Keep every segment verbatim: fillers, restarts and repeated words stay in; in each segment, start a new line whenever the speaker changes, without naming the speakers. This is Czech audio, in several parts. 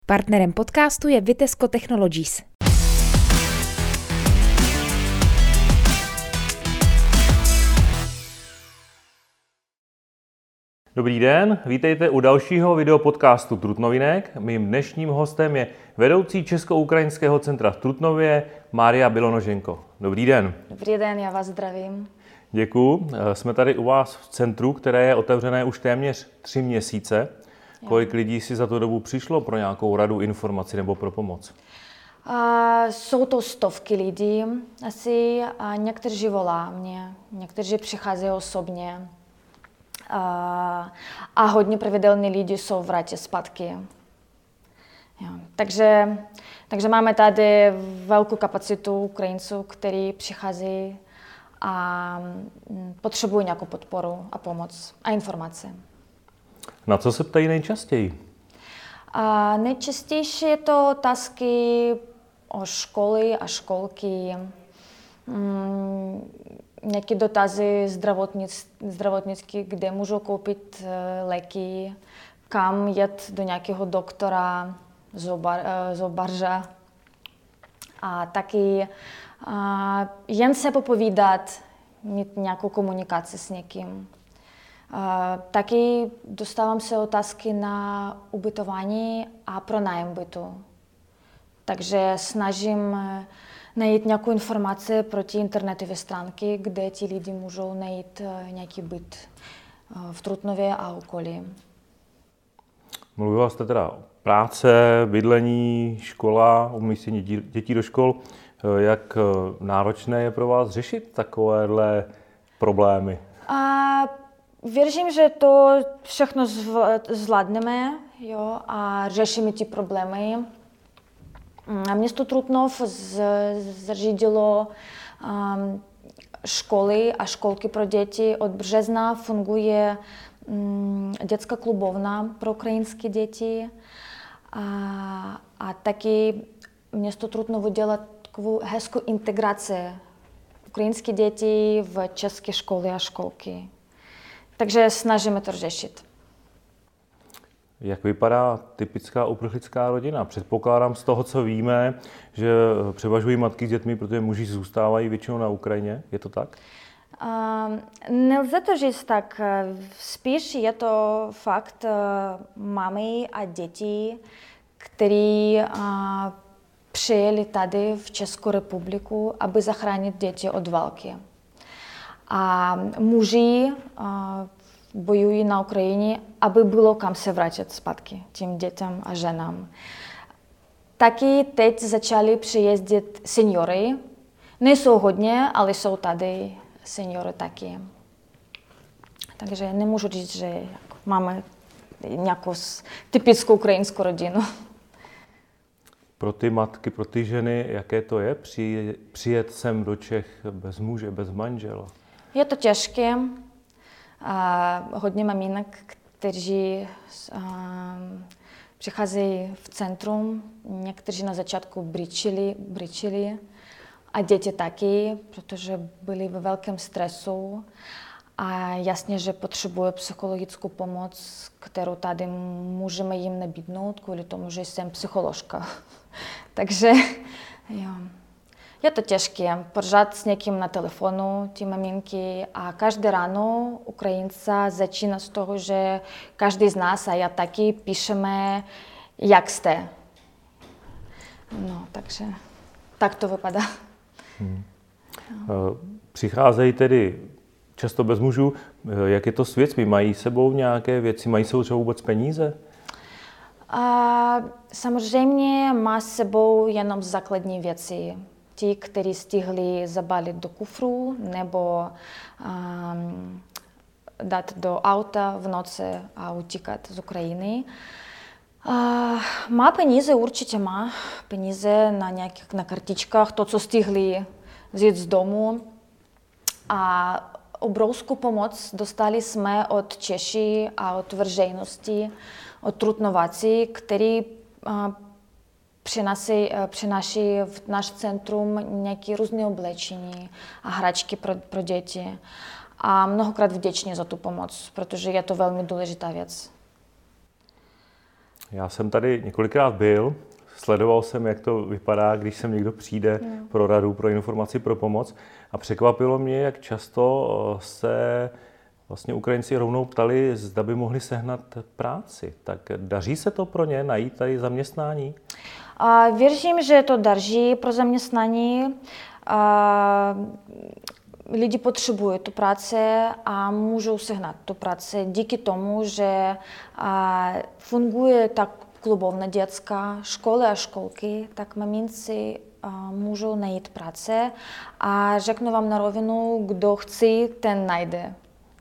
Partnerem podcastu je Vitesco Technologies.
Dobrý den, vítejte u dalšího videopodcastu Trutnovinek. Mým dnešním hostem je vedoucí Česko-ukrajinského centra v Trutnově Mária Bilonoženko. Dobrý den.
Dobrý den, já vás zdravím.
Děkuju. Jsme tady u vás v centru, které je otevřené už téměř tři měsíce. Kolik lidí si za tu dobu přišlo pro nějakou radu, informaci nebo pro pomoc?
A, jsou to stovky lidí asi. A někteří volá mě, někteří přicházejí osobně. A, a hodně pravidelní lidi jsou v vrátě zpátky. Jo. Takže, takže máme tady velkou kapacitu Ukrajinců, kteří přicházejí a potřebují nějakou podporu a pomoc a informace.
Na co se ptají nejčastěji?
A nejčastější je to otázky o školy a školky, mm, nějaké dotazy zdravotnické, kde můžou koupit léky, kam jet do nějakého doktora, zobarža. A taky a jen se popovídat, mít nějakou komunikaci s někým. Uh, taky dostávám se otázky na ubytování a pronájem bytu. Takže snažím najít nějakou informaci pro ty internetové stránky, kde ti lidi můžou najít nějaký byt v Trutnově a okolí.
Mluvila jste teda o práce, bydlení, škola, umístění dětí do škol. Jak náročné je pro vás řešit takovéhle problémy?
Uh, Věřím, že to všechno zvládneme, jo, a řešíme ty problémy. Město Trutnov zřídilo um, školy a školky pro děti. Od března funguje um, dětská klubovna pro ukrajinské děti. A, a taky město Trutnov dělá takovou hezkou integraci ukrajinské děti v české školy a školky. Takže snažíme to řešit.
Jak vypadá typická uprchlická rodina? Předpokládám z toho, co víme, že převažují matky s dětmi, protože muži zůstávají většinou na Ukrajině. Je to tak?
Uh, nelze to říct tak. Spíš je to fakt uh, mamy a děti, kteří uh, přijeli tady v Českou republiku, aby zachránit děti od války. A muži uh, bojují na Ukrajině, aby bylo kam se vrátit zpátky těm dětem a ženám. Taky teď začali přijezdit seniory. Nejsou hodně, ale jsou tady seniory taky. Takže nemůžu říct, že máme nějakou typickou ukrajinskou rodinu.
Pro ty matky, pro ty ženy, jaké to je přijet sem do Čech bez muže, bez manžela?
Je to těžké. A hodně maminek, kteří a, přicházejí v centrum, někteří na začátku brečili, brečili a děti taky, protože byli ve velkém stresu. A jasně, že potřebují psychologickou pomoc, kterou tady můžeme jim nabídnout, kvůli tomu, že jsem psycholožka. Takže jo. Je to těžké, pořád s někým na telefonu, ty maminky, a každé ráno Ukrajinca začíná z toho, že každý z nás, a já taky, píšeme, jak jste. No, takže tak to vypadá.
Hmm. No. Přicházejí tedy často bez mužů. Jak je to s věcmi? Mají sebou nějaké věci? Mají sebou třeba vůbec peníze?
A, samozřejmě má s sebou jenom základní věci. Ti, kteří stihli zabalit do kufru nebo um, dát do auta v noci a utíkat z Ukrajiny. Uh, má peníze, určitě má peníze na nějakých na kartičkách, to, co stihli vzít z domu. A obrovskou pomoc dostali jsme od Češi a od veřejnosti, od Trutnováci, který uh, Přináší, přináší v náš centrum nějaké různé oblečení a hračky pro, pro děti. A mnohokrát vděční za tu pomoc, protože je to velmi důležitá věc.
Já jsem tady několikrát byl, sledoval jsem, jak to vypadá, když sem někdo přijde no. pro radu, pro informaci, pro pomoc a překvapilo mě, jak často se vlastně Ukrajinci rovnou ptali, zda by mohli sehnat práci. Tak daří se to pro ně najít tady zaměstnání?
A věřím, že to daří pro zaměstnání. A lidi potřebují tu práci a můžou sehnat tu práci díky tomu, že funguje tak klubovna dětská, školy a školky, tak maminci můžou najít práce a řeknu vám na rovinu, kdo chce, ten najde.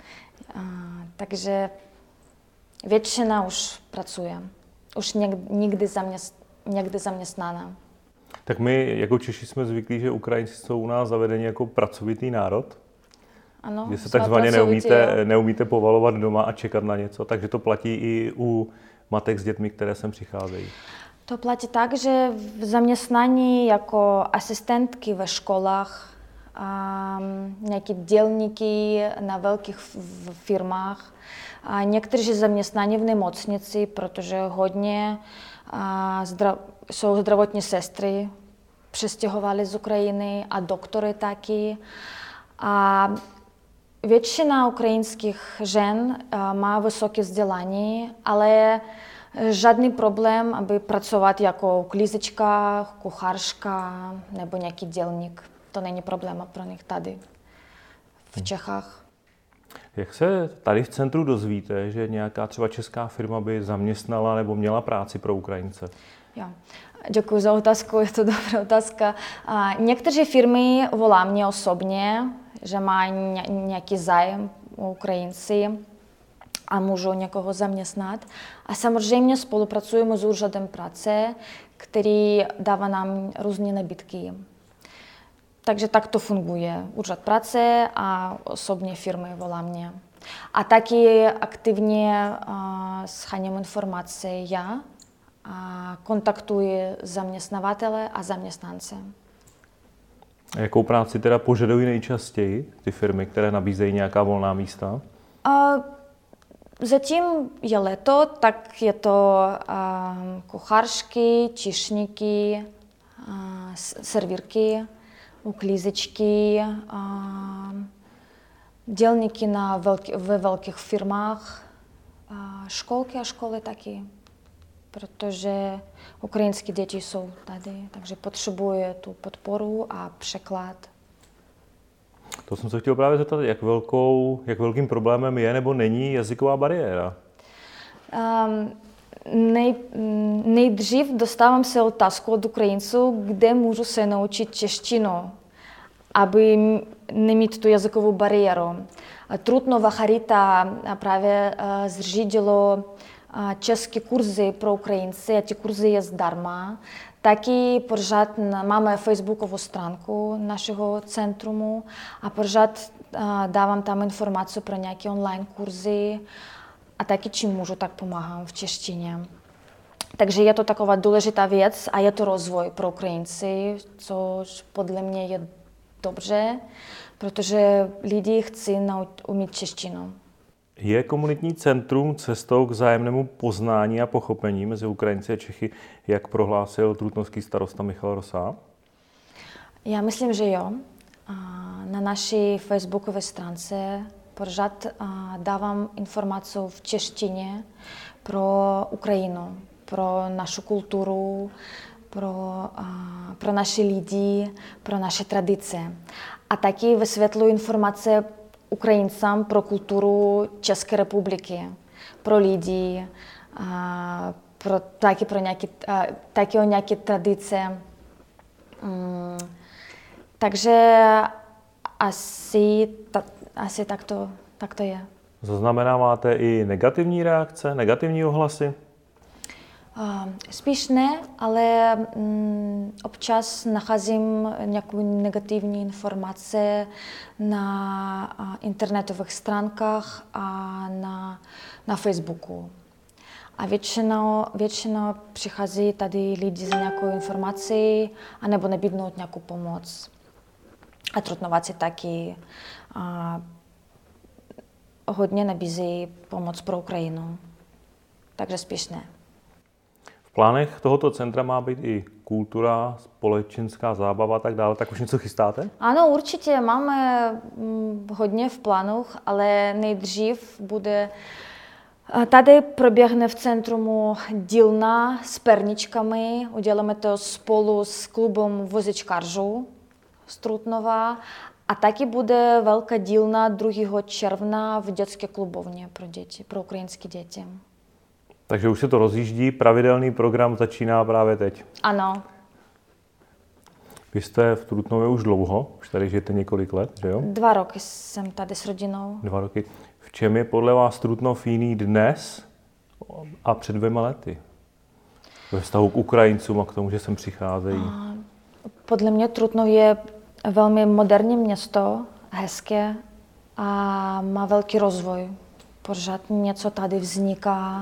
Takže většina už pracuje, už někdy, zaměst, někdy zaměstnána.
Tak my jako Češi jsme zvyklí, že Ukrajinci jsou u nás zavedeni jako pracovitý národ.
Ano,
že se takzvaně neumíte, neumíte povalovat doma a čekat na něco, takže to platí i u matek s dětmi, které sem přicházejí.
To platí tak, že v zaměstnání jako asistentky ve školách, um, nějaké dělníky na velkých firmách, a někteří zaměstnaní v nemocnici, protože hodně uh, zdra- jsou zdravotní sestry, přestěhovali z Ukrajiny a doktory taky. A většina ukrajinských žen uh, má vysoké vzdělání, ale žádný problém, aby pracovat jako uklízečka, kuchařka nebo nějaký dělník. To není problém pro nich tady v Čechách.
Jak se tady v centru dozvíte, že nějaká třeba česká firma by zaměstnala nebo měla práci pro Ukrajince?
Jo. Děkuji za otázku, je to dobrá otázka. Některé firmy volá mě osobně, že má nějaký zájem o Ukrajinci a můžou někoho zaměstnat. A samozřejmě spolupracujeme s úřadem práce, který dává nám různé nabídky. Takže tak to funguje. Úřad práce a osobně firmy volá mě. A taky aktivně uh, sháním informace já a kontaktuji zaměstnavatele a zaměstnance.
A jakou práci teda požadují nejčastěji ty firmy, které nabízejí nějaká volná místa?
Uh, Zatím je léto, tak je to uh, kuchařky, číšníky, uh, servírky, uklízečky, uh, dělníky na velký, ve velkých firmách, uh, školky a školy taky, protože ukrajinské děti jsou tady, takže potřebuje tu podporu a překlad.
To jsem se chtěl právě zeptat, jak, velkou, jak velkým problémem je nebo není jazyková bariéra?
Um, nej, nejdřív dostávám se otázku od Ukrajinců, kde můžu se naučit češtinu, aby nemít tu jazykovou bariéru. Trutnova Charita právě uh, zřídilo uh, české kurzy pro Ukrajince a ty kurzy je zdarma. Taky pořád máme facebookovou stránku našeho centrumu a pořád uh, dávám tam informace pro nějaké online kurzy a taky čím můžu, tak pomáhám v češtině. Takže je to taková důležitá věc a je to rozvoj pro Ukrajinci, což podle mě je dobře, protože lidi chci umět češtinu.
Je komunitní centrum cestou k vzájemnému poznání a pochopení mezi Ukrajinci a Čechy, jak prohlásil trutnovský starosta Michal Rosa?
Já myslím, že jo. Na naší facebookové stránce pořád dávám informace v češtině pro Ukrajinu, pro naši kulturu, pro, pro naše lidi, pro naše tradice. A taky vysvětluji informace Ukrajincům pro kulturu České republiky, pro lidi, pro, taky, pro nějaké, taky o nějaké tradice. Takže asi, ta, asi tak, to, tak to je.
Zaznamenáváte i negativní reakce, negativní ohlasy?
Spíš ne, ale mm, občas nacházím nějakou negativní informace na internetových stránkách a na, na Facebooku. A většinou, většinou přichází tady lidi s nějakou informací anebo nabídnout nějakou pomoc. A Trutnováci taky a, hodně nabízí pomoc pro Ukrajinu. Takže spíš ne.
plánech tohoto centra má být i kultura, společenská zábava a tak dále. Tak už něco chystáte?
Ano, určitě máme hodně v plánu, ale nejdřív bude tady proběhne v centru dílna s perničkami. Uděláme to spolu s klubem vozečkářů z Trutnova. A taky bude velká dílna druhého června v dětské klubovně pro děti, pro ukrajinské děti.
Takže už se to rozjíždí, pravidelný program začíná právě teď.
Ano.
Vy jste v Trutnově už dlouho, už tady žijete několik let, že jo?
Dva roky jsem tady s rodinou.
Dva roky. V čem je podle vás Trutnov jiný dnes a před dvěma lety? Ve vztahu k Ukrajincům a k tomu, že sem přicházejí.
A podle mě Trutnov je velmi moderní město, hezké a má velký rozvoj. Pořád něco tady vzniká.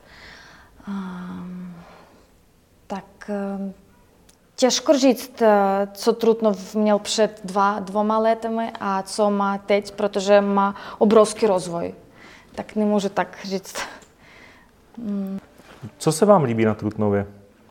Um, tak um, těžko říct, co Trutnov měl před dva, dvoma letami a co má teď, protože má obrovský rozvoj. Tak nemůžu tak říct. Um.
Co se vám líbí na Trutnově?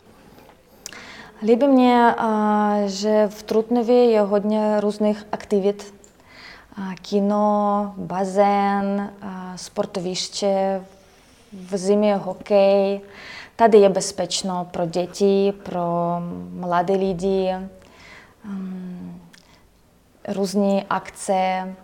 Líbí mě, že v Trutnově je hodně různých aktivit. Kino, bazén, sportoviště, v zimě hokej. Tady je bezpečno pro děti, pro mladé lidi. Různé akce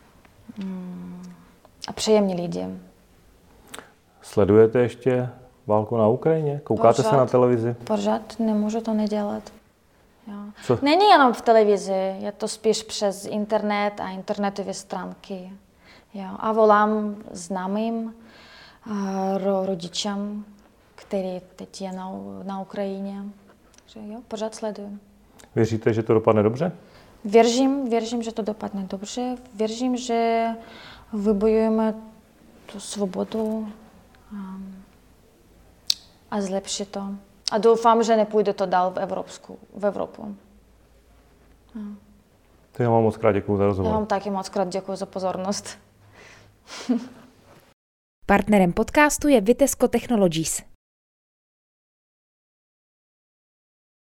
a příjemní lidi.
Sledujete ještě válku na Ukrajině? Koukáte
Pořád,
se na televizi?
Pořád nemůžu to nedělat. Jo.
Co?
Není jenom v televizi, je to spíš přes internet a internetové stránky. Jo. A volám známým ro, rodičům, kteří teď je na, na Ukrajině. Takže jo, pořád sleduju.
Věříte, že to dopadne dobře?
Věřím, věřím, že to dopadne dobře. Věřím, že vybojujeme tu svobodu a zlepší to. A doufám, že nepůjde to dál v, Evropsku, v Evropu. No.
Tak já vám moc krát děkuju za rozhovor.
Já vám taky moc krát děkuji za pozornost.
Partnerem podcastu je Vitesco Technologies.